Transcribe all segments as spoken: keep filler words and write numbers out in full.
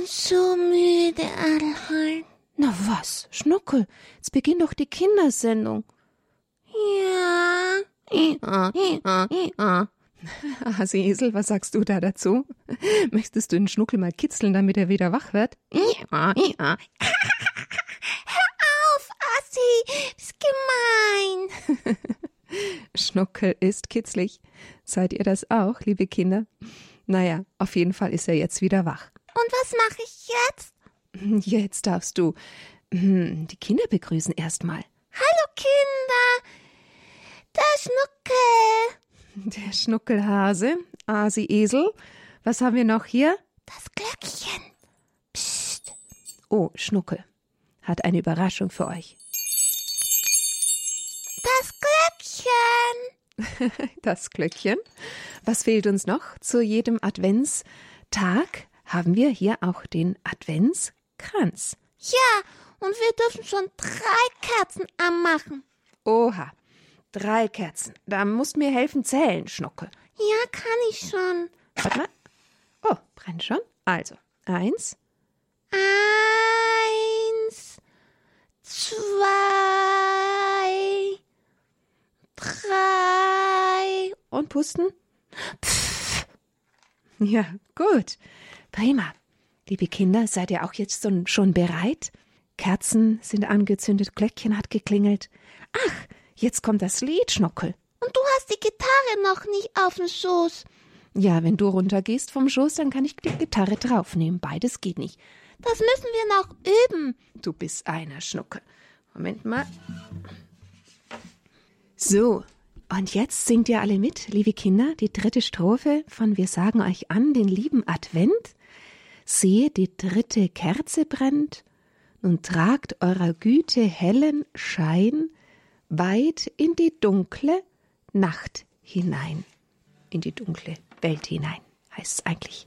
bin so müde, Adelheid. Na was, Schnuckel, jetzt beginnt doch die Kindersendung. Ja. Ja, ja, ja. Hase-Esel, was sagst du da dazu? Möchtest du den Schnuckel mal kitzeln, damit er wieder wach wird? Ja, ja. Hör auf, Assi, ist gemein. Schnuckel ist kitzlig. Seid ihr das auch, liebe Kinder? Naja, auf jeden Fall ist er jetzt wieder wach. Und was mache ich jetzt? Jetzt darfst du hm, die Kinder begrüßen erstmal. Hallo Kinder, der Schnuckel. Der Schnuckelhase, Hase-Esel. Was haben wir noch hier? Das Glöckchen. Psst. Oh, Schnuckel hat eine Überraschung für euch. Das Glöckchen. Das Glöckchen. Was fehlt uns noch? Zu jedem Adventstag haben wir hier auch den Adventskranz. Ja, und wir dürfen schon drei Kerzen anmachen. Oha, drei Kerzen. Da musst du mir helfen zählen, Schnuckel. Ja, kann ich schon. Warte mal. Oh, brennt schon. Also, eins. Eins, zwei, drei. Und pusten. Pff. Ja, gut. Prima. Liebe Kinder, seid ihr auch jetzt schon bereit? Kerzen sind angezündet, Glöckchen hat geklingelt. Ach, jetzt kommt das Lied, Schnuckel. Und du hast die Gitarre noch nicht auf dem Schoß. Ja, wenn du runtergehst vom Schoß, dann kann ich die Gitarre draufnehmen. Beides geht nicht. Das müssen wir noch üben. Du bist einer, Schnuckel. Moment mal. So, und jetzt singt ihr alle mit, liebe Kinder, die dritte Strophe von Wir sagen euch an, den lieben Advent. Sehe, die dritte Kerze brennt, nun tragt eurer Güte hellen Schein weit in die dunkle Nacht hinein. In die dunkle Welt hinein, heißt es eigentlich.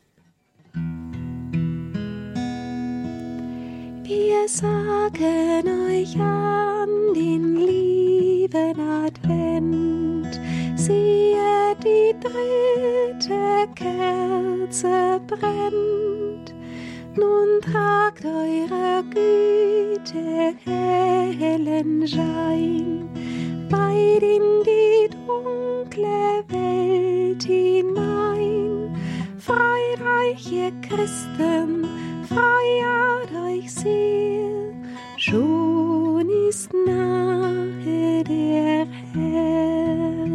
Wir sagen euch an den lieben Advent, siehe, die dritte Kerze brennt. Nun tragt eurer Güte hellen Schein weit in die dunkle Welt hinein. Freut euch, ihr Christen, feiert euch sehr, schon ist nahe der Herr.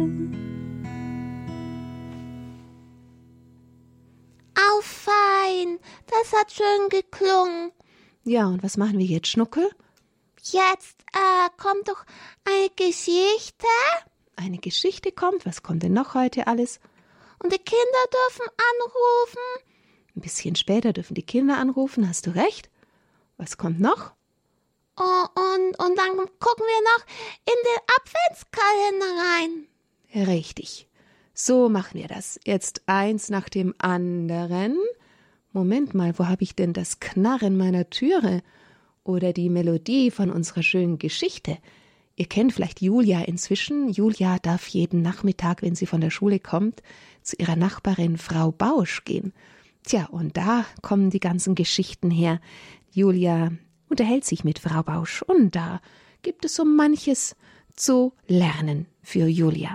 Au, fein, das hat schön geklungen. Ja, und was machen wir jetzt, Schnuckel? Jetzt äh, kommt doch eine Geschichte. Eine Geschichte kommt. Was kommt denn noch heute alles? Und die Kinder dürfen anrufen. Ein bisschen später dürfen die Kinder anrufen, hast du recht. Was kommt noch? Oh, und, und dann gucken wir noch in den Adventskalender rein. Richtig. So machen wir das. Jetzt eins nach dem anderen. Moment mal, wo habe ich denn das Knarren meiner Türe? Oder die Melodie von unserer schönen Geschichte? Ihr kennt vielleicht Julia inzwischen. Julia darf jeden Nachmittag, wenn sie von der Schule kommt, zu ihrer Nachbarin Frau Bausch gehen. Tja, und da kommen die ganzen Geschichten her. Julia unterhält sich mit Frau Bausch und da gibt es so manches zu lernen für Julia.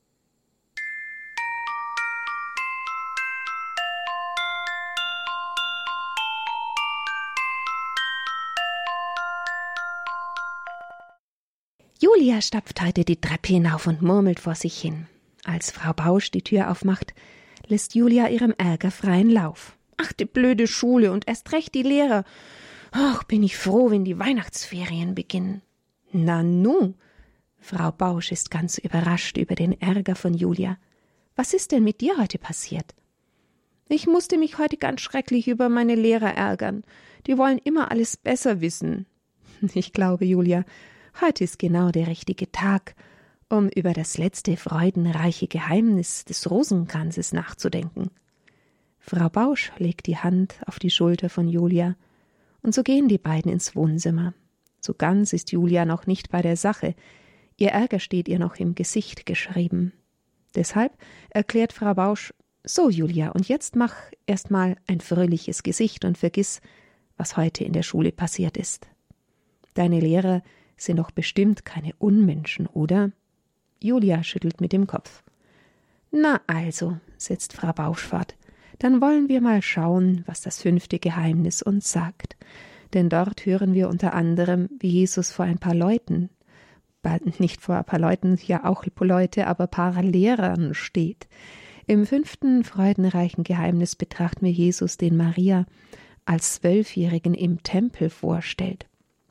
Julia stapft heute die Treppe hinauf und murmelt vor sich hin. Als Frau Bausch die Tür aufmacht, lässt Julia ihrem Ärger freien Lauf. Ach, die blöde Schule und erst recht die Lehrer. Ach, bin ich froh, wenn die Weihnachtsferien beginnen. Na nu, Frau Bausch ist ganz überrascht über den Ärger von Julia. Was ist denn mit dir heute passiert? Ich musste mich heute ganz schrecklich über meine Lehrer ärgern. Die wollen immer alles besser wissen. Ich glaube, Julia, heute ist genau der richtige Tag, um über das letzte freudenreiche Geheimnis des Rosenkranzes nachzudenken. Frau Bausch legt die Hand auf die Schulter von Julia, und so gehen die beiden ins Wohnzimmer. So ganz ist Julia noch nicht bei der Sache. Ihr Ärger steht ihr noch im Gesicht geschrieben. Deshalb erklärt Frau Bausch, So, Julia, und jetzt mach erstmal ein fröhliches Gesicht und vergiss, was heute in der Schule passiert ist. Deine Lehrer sind doch bestimmt keine Unmenschen, oder? Julia schüttelt mit dem Kopf. Na also, setzt Frau Bausch fort, dann wollen wir mal schauen, was das fünfte Geheimnis uns sagt. Denn dort hören wir unter anderem, wie Jesus vor ein paar Leuten, nicht vor ein paar Leuten, ja auch Leute, aber ein paar Lehrern steht. Im fünften freudenreichen Geheimnis betrachten wir Jesus, den Maria als Zwölfjährigen im Tempel vorstellt.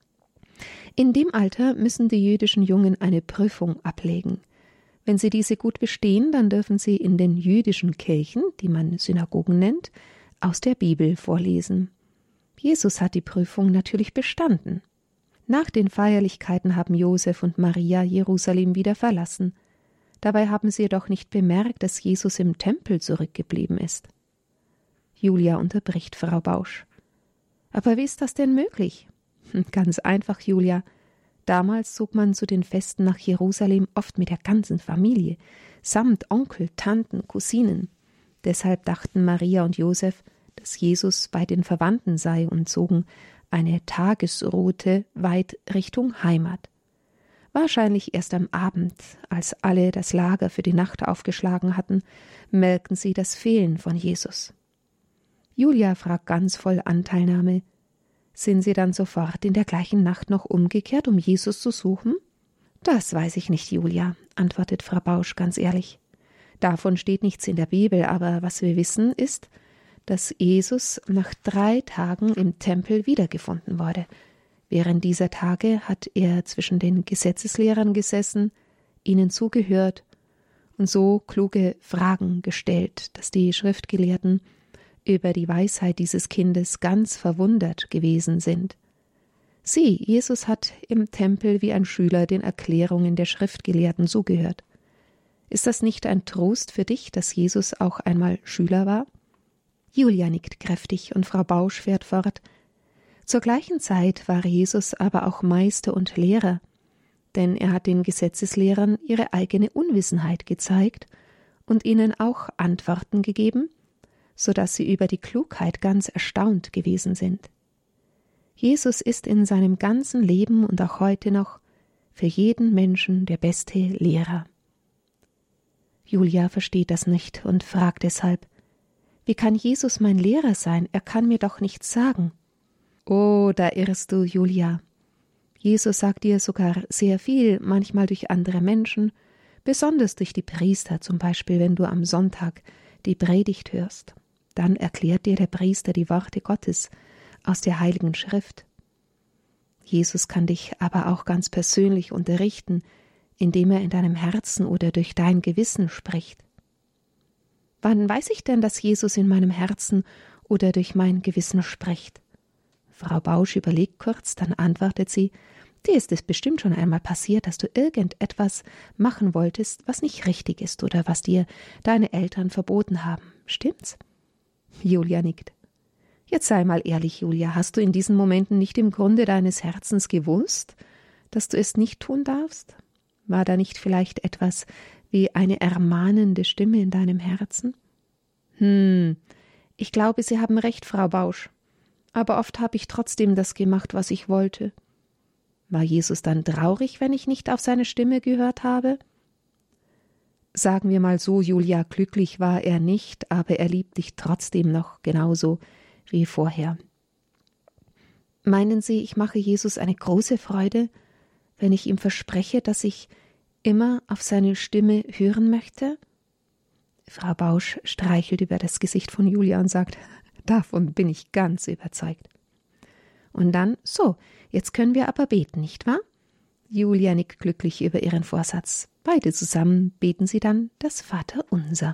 In dem Alter müssen die jüdischen Jungen eine Prüfung ablegen. Wenn sie diese gut bestehen, dann dürfen sie in den jüdischen Kirchen, die man Synagogen nennt, aus der Bibel vorlesen. Jesus hat die Prüfung natürlich bestanden. Nach den Feierlichkeiten haben Josef und Maria Jerusalem wieder verlassen. Dabei haben sie jedoch nicht bemerkt, dass Jesus im Tempel zurückgeblieben ist. Julia unterbricht Frau Bausch. Aber wie ist das denn möglich? Ganz einfach, Julia. Damals zog man zu den Festen nach Jerusalem oft mit der ganzen Familie, samt Onkel, Tanten, Cousinen. Deshalb dachten Maria und Josef, dass Jesus bei den Verwandten sei und zogen eine Tagesroute weit Richtung Heimat. Wahrscheinlich erst am Abend, als alle das Lager für die Nacht aufgeschlagen hatten, merkten sie das Fehlen von Jesus. Julia fragt ganz voll Anteilnahme, sind sie dann sofort in der gleichen Nacht noch umgekehrt, um Jesus zu suchen? Das weiß ich nicht, Julia, antwortet Frau Bausch ganz ehrlich. Davon steht nichts in der Bibel, aber was wir wissen ist, dass Jesus nach drei Tagen im Tempel wiedergefunden wurde. Während dieser Tage hat er zwischen den Gesetzeslehrern gesessen, ihnen zugehört und so kluge Fragen gestellt, dass die Schriftgelehrten über die Weisheit dieses Kindes ganz verwundert gewesen sind. Sieh, Jesus hat im Tempel wie ein Schüler den Erklärungen der Schriftgelehrten zugehört. Ist das nicht ein Trost für dich, dass Jesus auch einmal Schüler war? Julia nickt kräftig und Frau Bausch fährt fort. Zur gleichen Zeit war Jesus aber auch Meister und Lehrer, denn er hat den Gesetzeslehrern ihre eigene Unwissenheit gezeigt und ihnen auch Antworten gegeben, so dass sie über die Klugheit ganz erstaunt gewesen sind. Jesus ist in seinem ganzen Leben und auch heute noch für jeden Menschen der beste Lehrer. Julia versteht das nicht und fragt deshalb, wie kann Jesus mein Lehrer sein? Er kann mir doch nichts sagen. Oh, da irrst du, Julia. Jesus sagt dir sogar sehr viel, manchmal durch andere Menschen, besonders durch die Priester, zum Beispiel wenn du am Sonntag die Predigt hörst. Dann erklärt dir der Priester die Worte Gottes aus der Heiligen Schrift. Jesus kann dich aber auch ganz persönlich unterrichten, indem er in deinem Herzen oder durch dein Gewissen spricht. Wann weiß ich denn, dass Jesus in meinem Herzen oder durch mein Gewissen spricht? Frau Bausch überlegt kurz, dann antwortet sie, dir ist es bestimmt schon einmal passiert, dass du irgendetwas machen wolltest, was nicht richtig ist oder was dir deine Eltern verboten haben. Stimmt's? Julia nickt. Jetzt sei mal ehrlich, Julia, hast du in diesen Momenten nicht im Grunde deines Herzens gewusst, dass du es nicht tun darfst? War da nicht vielleicht etwas wie eine ermahnende Stimme in deinem Herzen? Hm, ich glaube, Sie haben recht, Frau Bausch. Aber oft habe ich trotzdem das gemacht, was ich wollte. War Jesus dann traurig, wenn ich nicht auf seine Stimme gehört habe? Sagen wir mal so, Julia, glücklich war er nicht, aber er liebt dich trotzdem noch genauso wie vorher. Meinen Sie, ich mache Jesus eine große Freude, wenn ich ihm verspreche, dass ich immer auf seine Stimme hören möchte? Frau Bausch streichelt über das Gesicht von Julia und sagt, davon bin ich ganz überzeugt. Und dann, so, jetzt können wir aber beten, nicht wahr? Julia nickt glücklich über ihren Vorsatz. Beide zusammen beten sie dann das Vaterunser.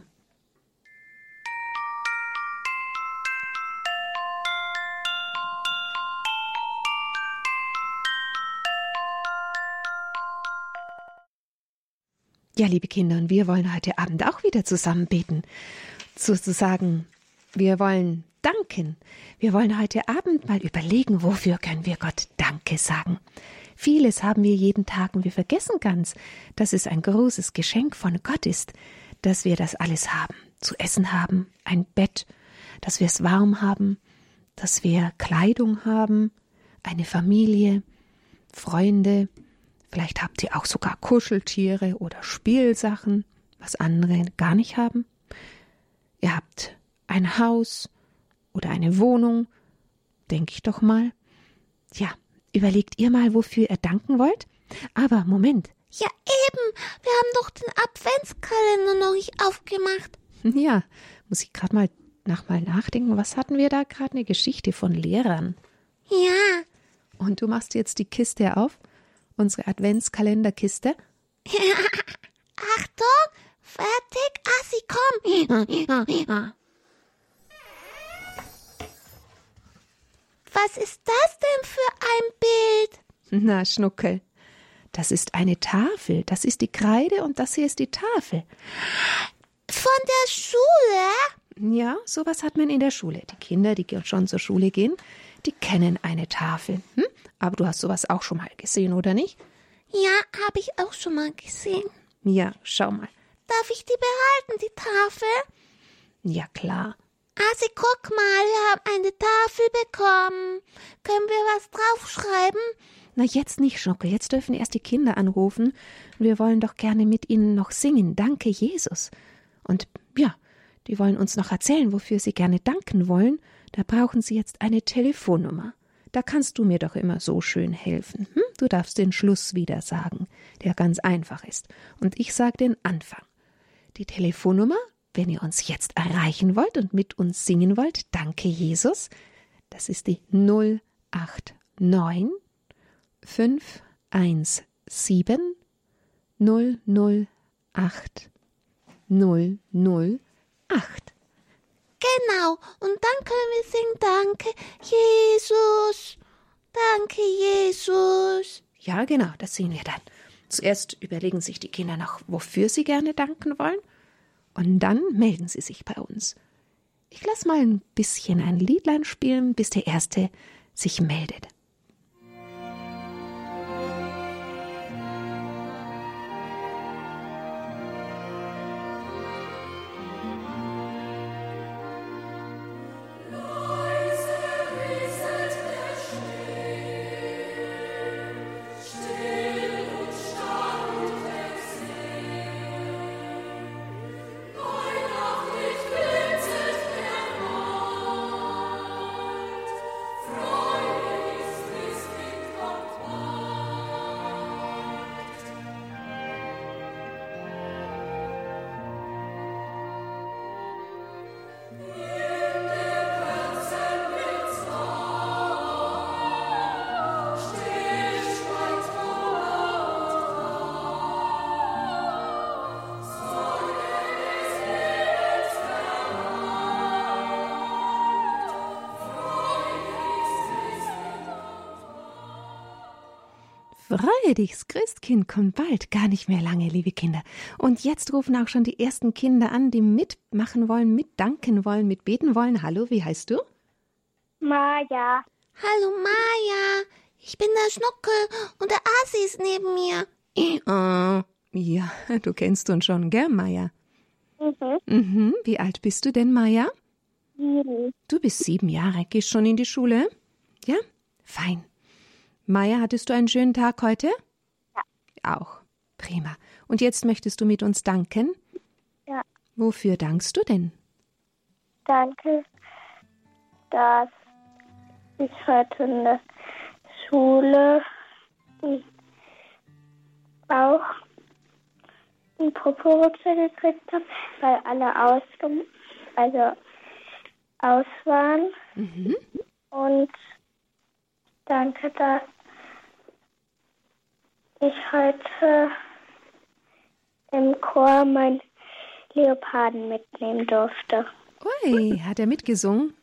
Ja, liebe Kinder, und wir wollen heute Abend auch wieder zusammen beten. Sozusagen, wir wollen danken. Wir wollen heute Abend mal überlegen, wofür können wir Gott Danke sagen. Vieles haben wir jeden Tag und wir vergessen ganz, dass es ein großes Geschenk von Gott ist, dass wir das alles haben. zu essen haben, ein Bett, dass wir es warm haben, dass wir Kleidung haben, eine Familie, Freunde, vielleicht habt ihr auch sogar Kuscheltiere oder Spielsachen, was andere gar nicht haben. Ihr habt ein Haus oder eine Wohnung, denke ich doch mal. Ja, überlegt ihr mal, wofür ihr danken wollt? Aber Moment. Ja, eben. Wir haben doch den Adventskalender noch nicht aufgemacht. Ja, muss ich gerade mal, nach mal nachdenken. Was hatten wir da gerade? Eine Geschichte von Lehrern. Ja. Und du machst jetzt die Kiste auf? Unsere Adventskalenderkiste? Achtung, fertig, Assi, komm. Was ist das denn für ein Bild? Na, Schnuckel, das ist eine Tafel. Das ist die Kreide und das hier ist die Tafel. Von der Schule? Ja, sowas hat man in der Schule. Die Kinder, die schon zur Schule gehen, die kennen eine Tafel. Hm? Aber du hast sowas auch schon mal gesehen, oder nicht? Ja, habe ich auch schon mal gesehen. Ja, schau mal. Darf ich die behalten, die Tafel? Ja, klar. Asi, guck mal, wir haben eine Tafel bekommen. Können wir was draufschreiben? Na, jetzt nicht, Schnuckel. Jetzt dürfen erst die Kinder anrufen. Wir wollen doch gerne mit ihnen noch singen. Danke, Jesus. Und ja, die wollen uns noch erzählen, wofür sie gerne danken wollen. Da brauchen sie jetzt eine Telefonnummer. Da kannst du mir doch immer so schön helfen. Hm? Du darfst den Schluss wieder sagen, der ganz einfach ist. Und ich sage den Anfang. Die Telefonnummer, wenn ihr uns jetzt erreichen wollt und mit uns singen wollt, danke Jesus, das ist die null acht neun fünf eins sieben null null acht null null acht. Genau, und dann können wir singen, danke Jesus, danke Jesus. Ja, genau, das singen wir dann. Zuerst überlegen sich die Kinder noch, wofür sie gerne danken wollen, und dann melden sie sich bei uns. Ich lasse mal ein bisschen ein Liedlein spielen, bis der Erste sich meldet. Freue dich, das Christkind kommt bald, gar nicht mehr lange, liebe Kinder. Und jetzt rufen auch schon die ersten Kinder an, die mitmachen wollen, mitdanken wollen, mitbeten wollen. Hallo, wie heißt du? Maja. Hallo Maja, ich bin der Schnuckel und der Asi ist neben mir. Oh, ja, du kennst uns schon, gell, Maja? Mhm. Mhm, wie alt bist du denn, Maja? Sieben. Du bist sieben Jahre, gehst schon in die Schule? Ja? Fein. Maja, hattest du einen schönen Tag heute? Ja. Auch. Prima. Und jetzt möchtest du mit uns danken? Ja. Wofür dankst du denn? Danke, dass ich heute in der Schule auch einen Popo-Rucksack gekriegt habe, weil alle ausgem also aus waren. Mhm. Und danke, dass ich heute im Chor meinen Leoparden mitnehmen durfte. Ui, hat er mitgesungen?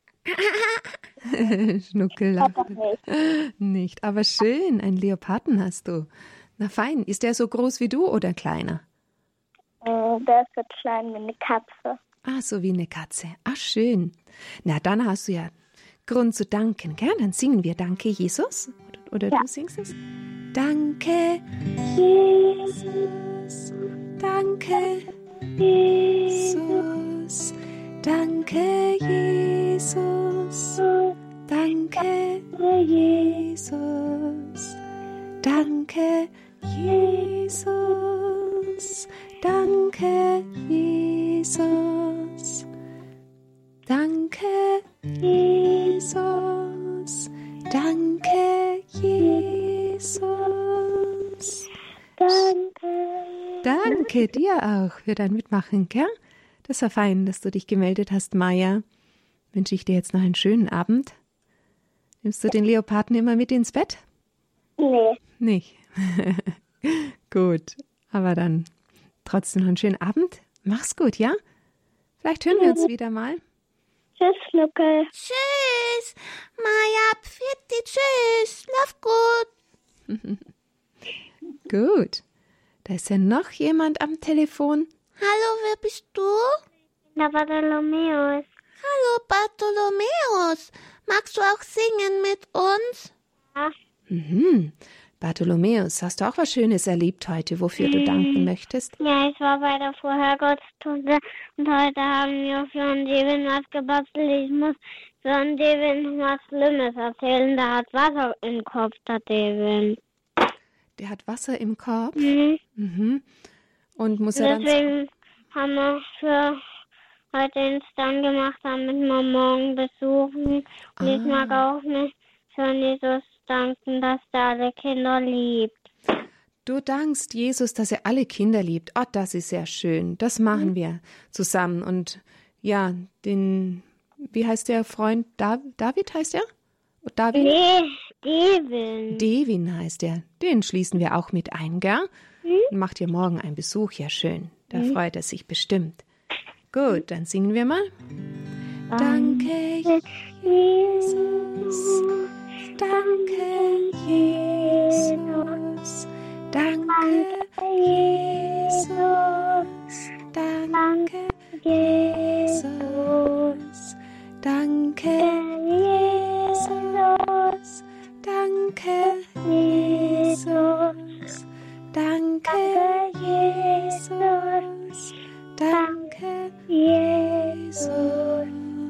Schnuckel lacht. Nicht. Nicht, aber schön, einen Leoparden hast du. Na fein, ist der so groß wie du oder kleiner? Der ist so klein wie eine Katze. Ah, so wie eine Katze. Ach, schön. Na, dann hast du ja Grund zu danken, gell? Dann singen wir Danke, Jesus. Oder, oder Ja. du singst es? Danke, Jesus, danke, Jesus, Jesus. Danke, Jesus. Danke, Jesus. Danke, Jesus. Danke, Jesus. Danke, Jesus. Danke, Jesus. Danke. Danke dir auch für dein Mitmachen, gell? Das war fein, dass du dich gemeldet hast, Maja. Wünsche ich dir jetzt noch einen schönen Abend. Nimmst du den Leoparden immer mit ins Bett? Nee. Nicht. Gut, aber dann trotzdem noch einen schönen Abend. Mach's gut, ja? Vielleicht hören wir uns wieder mal. Tschüss, Schnuckel. Tschüss. Maja, pfiatti, tschüss. Schlaf gut. Gut. Da ist ja noch jemand am Telefon. Hallo, wer bist du? Na, Bartholomäus. Hallo, Bartholomäus. Magst du auch singen mit uns? Ja. Mhm. Bartholomäus, hast du auch was Schönes erlebt heute, wofür du danken möchtest? Ja, ich war bei der Vorhergottestunde und heute haben wir für einen Devin was gebastelt. Ich muss für einen Devin was Schlimmes erzählen. Der hat Wasser im Kopf, der Devin. Der hat Wasser im Kopf. Mhm. Mhm. Und muss er dann... Deswegen haben wir für heute den Stand gemacht, damit wir morgen besuchen. Und Ah. ich mag auch nicht für Jesus danken, dass er alle Kinder liebt. Du dankst Jesus, dass er alle Kinder liebt. Oh, das ist sehr schön. Das machen wir zusammen. Und ja, den, wie heißt der Freund? Da, David heißt er? David? Nee, Devin. Devin heißt er. Den schließen wir auch mit ein, gell? Hm? Macht ihr morgen einen Besuch, ja schön. Da freut er sich bestimmt. Gut, dann singen wir mal. Danke, Jesus. Danke, Jesus. Danke, Jesus. Danke, Jesus. Danke, Jesus. Danke, Jesus. Danke, Jesus. Danke, Jesus.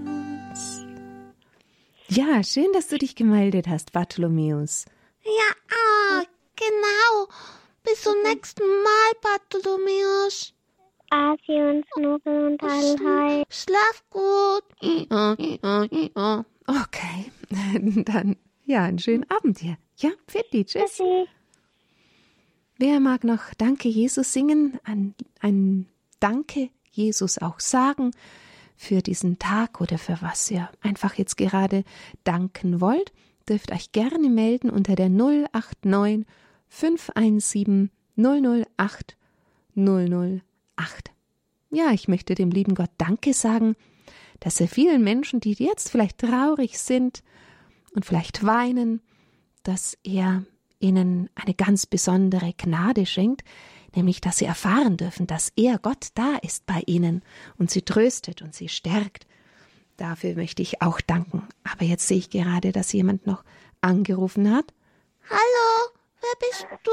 Ja, schön, dass du dich gemeldet hast, Bartholomäus. Ja, ah, genau. Bis zum nächsten Mal, Bartholomäus. Asi und Schnuckel und Allhai. Schlaf gut. Ja, ja, ja. Okay, dann ja, einen schönen Abend dir. Ja, Pfitti, tschüss. Tschüssi. Wer mag noch Danke Jesus singen, ein, ein Danke Jesus auch sagen für diesen Tag oder für was ihr einfach jetzt gerade danken wollt, dürft euch gerne melden unter der null acht neun fünf eins sieben null null acht null null acht. Ja, ich möchte dem lieben Gott Danke sagen, dass er vielen Menschen, die jetzt vielleicht traurig sind und vielleicht weinen, dass er ihnen eine ganz besondere Gnade schenkt, nämlich, dass sie erfahren dürfen, dass er, Gott, da ist bei ihnen und sie tröstet und sie stärkt. Dafür möchte ich auch danken. Aber jetzt sehe ich gerade, dass jemand noch angerufen hat. Hallo, wer bist du?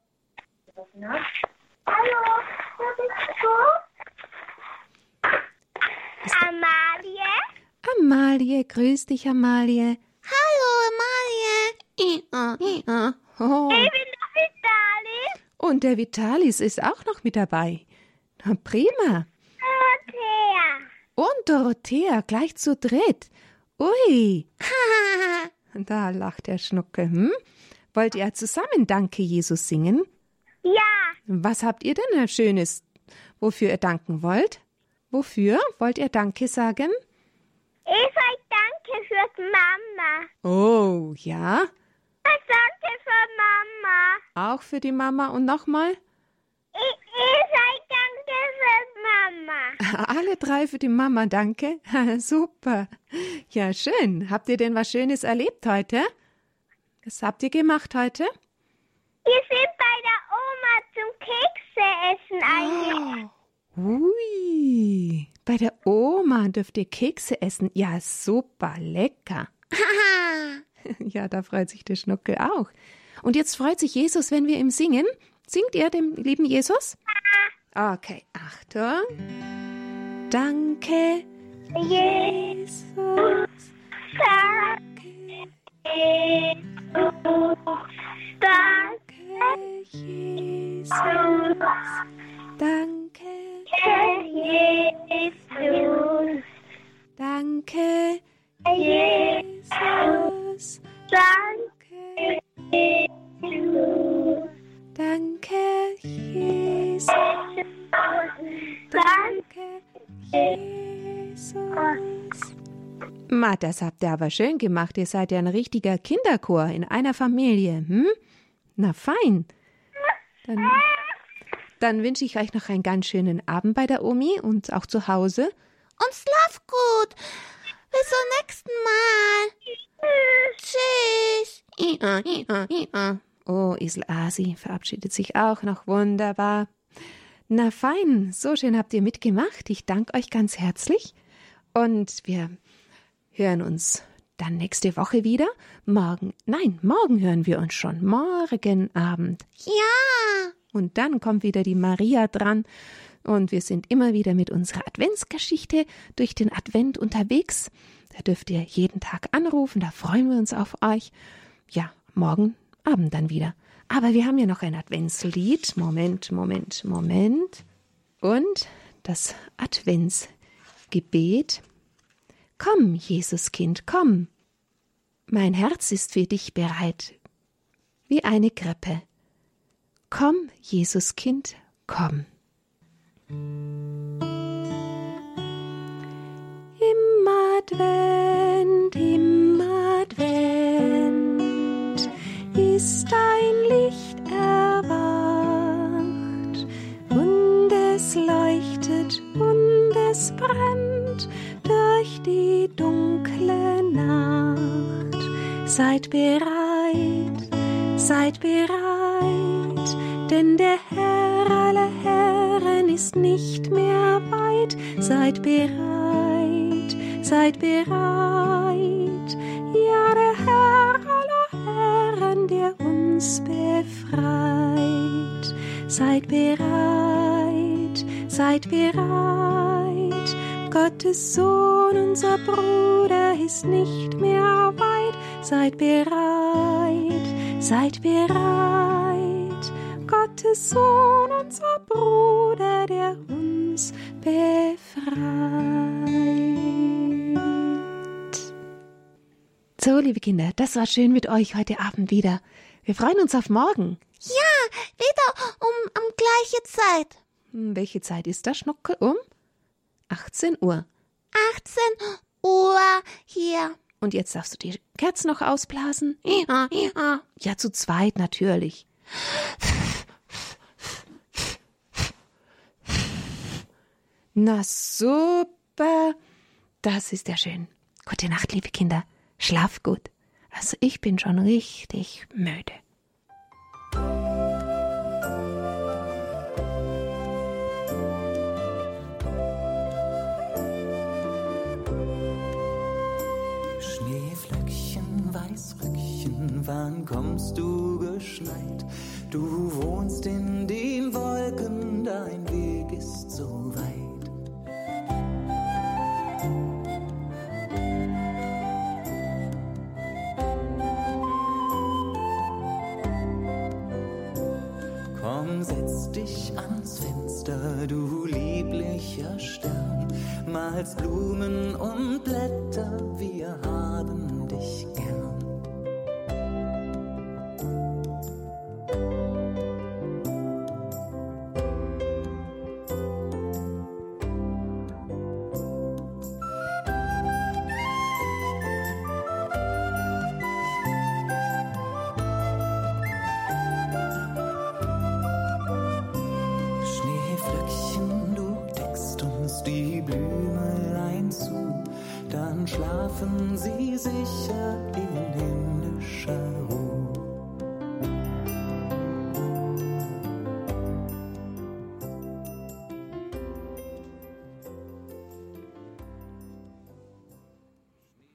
Hallo, wer bist du? Amalie? Amalie, grüß dich, Amalie. Hallo, Amalie. Ja, ja. Oh. Ich bin der Vitalis. Und der Vitalis ist auch noch mit dabei. Na, prima. Dorothea. Und Dorothea, gleich zu dritt. Ui. Da lacht der Schnucke. Hm? Wollt ihr zusammen Danke, Jesus singen? Ja, Was habt ihr denn Schönes, wofür ihr danken wollt? Wofür wollt ihr Danke sagen? ich sag danke fürs Mama. Oh, ja. Ich danke für Mama. Auch für die Mama und nochmal? Ich, ich sag danke fürs Mama. Alle drei für die Mama, danke. Super. Ja, schön. Habt ihr denn was Schönes erlebt heute? Was habt ihr gemacht heute? Wir sind bei der Oma zum Kekse essen eingeladen. Ui, bei der Oma dürft ihr Kekse essen. Ja, super, lecker. Ja, da freut sich der Schnuckel auch. Und jetzt freut sich Jesus, wenn wir ihm singen. Singt ihr dem lieben Jesus? Okay, Achtung. Danke, Jesus. Danke, Jesus. Danke, Jesus. Danke, Jesus. danke, Jesus. Danke, Jesus. danke, Jesus. Danke, Jesus. Ma, das habt ihr aber schön gemacht. Ihr seid ja ein richtiger Kinderchor in einer Familie. Hm? Na fein. Dann, dann wünsche ich euch noch einen ganz schönen Abend bei der Omi und auch zu Hause. Und schlaf gut. Bis zum nächsten Mal. Tschüss. Ia, ia, ia. Oh, Esel Asi verabschiedet sich auch noch wunderbar. Na fein, so schön habt ihr mitgemacht. Ich danke euch ganz herzlich. Und wir hören uns dann nächste Woche wieder. Morgen, nein, morgen hören wir uns schon. Morgen Abend. Ja. Und dann kommt wieder die Maria dran. Und wir sind immer wieder mit unserer Adventsgeschichte durch den Advent unterwegs. Da dürft ihr jeden Tag anrufen, da freuen wir uns auf euch. Ja, morgen Abend dann wieder. Aber wir haben ja noch ein Adventslied. Moment, Moment, Moment. Und das Adventsgebet. Komm, Jesuskind, komm. Mein Herz ist für dich bereit, wie eine Krippe. Komm, Jesuskind, komm. Im Advent, im Advent ist ein Licht erwacht und es leuchtet und es brennt durch die dunkle Nacht. Seid bereit, seid bereit, denn der Herr aller Herren ist nicht mehr weit. Seid bereit, seid bereit, ja, der Herr aller Herren, der uns befreit. Seid bereit, seid bereit, Gottes Sohn, unser Bruder, ist nicht mehr weit. Seid bereit, seid bereit, Gottes Sohn, unser Bruder, der uns befreit. So, liebe Kinder, das war schön mit euch heute Abend wieder. Wir freuen uns auf morgen. Ja, wieder um, um gleiche Zeit. Hm, welche Zeit ist das, Schnuckel? Um achtzehn Uhr. achtzehn Uhr hier. Und jetzt darfst du die Kerzen noch ausblasen? Ja, ja. Ja, zu zweit natürlich. Na super, das ist ja schön. Gute Nacht, liebe Kinder. Schlaf gut. Also ich bin schon richtig müde. Schneeflöckchen, Weißröckchen, wann kommst du geschneit? Du wohnst in den Wolken, dein Weg ist so weit. Komm, setz dich ans Fenster, du lieblicher Stern, malst Blumen und Blätter, wir haben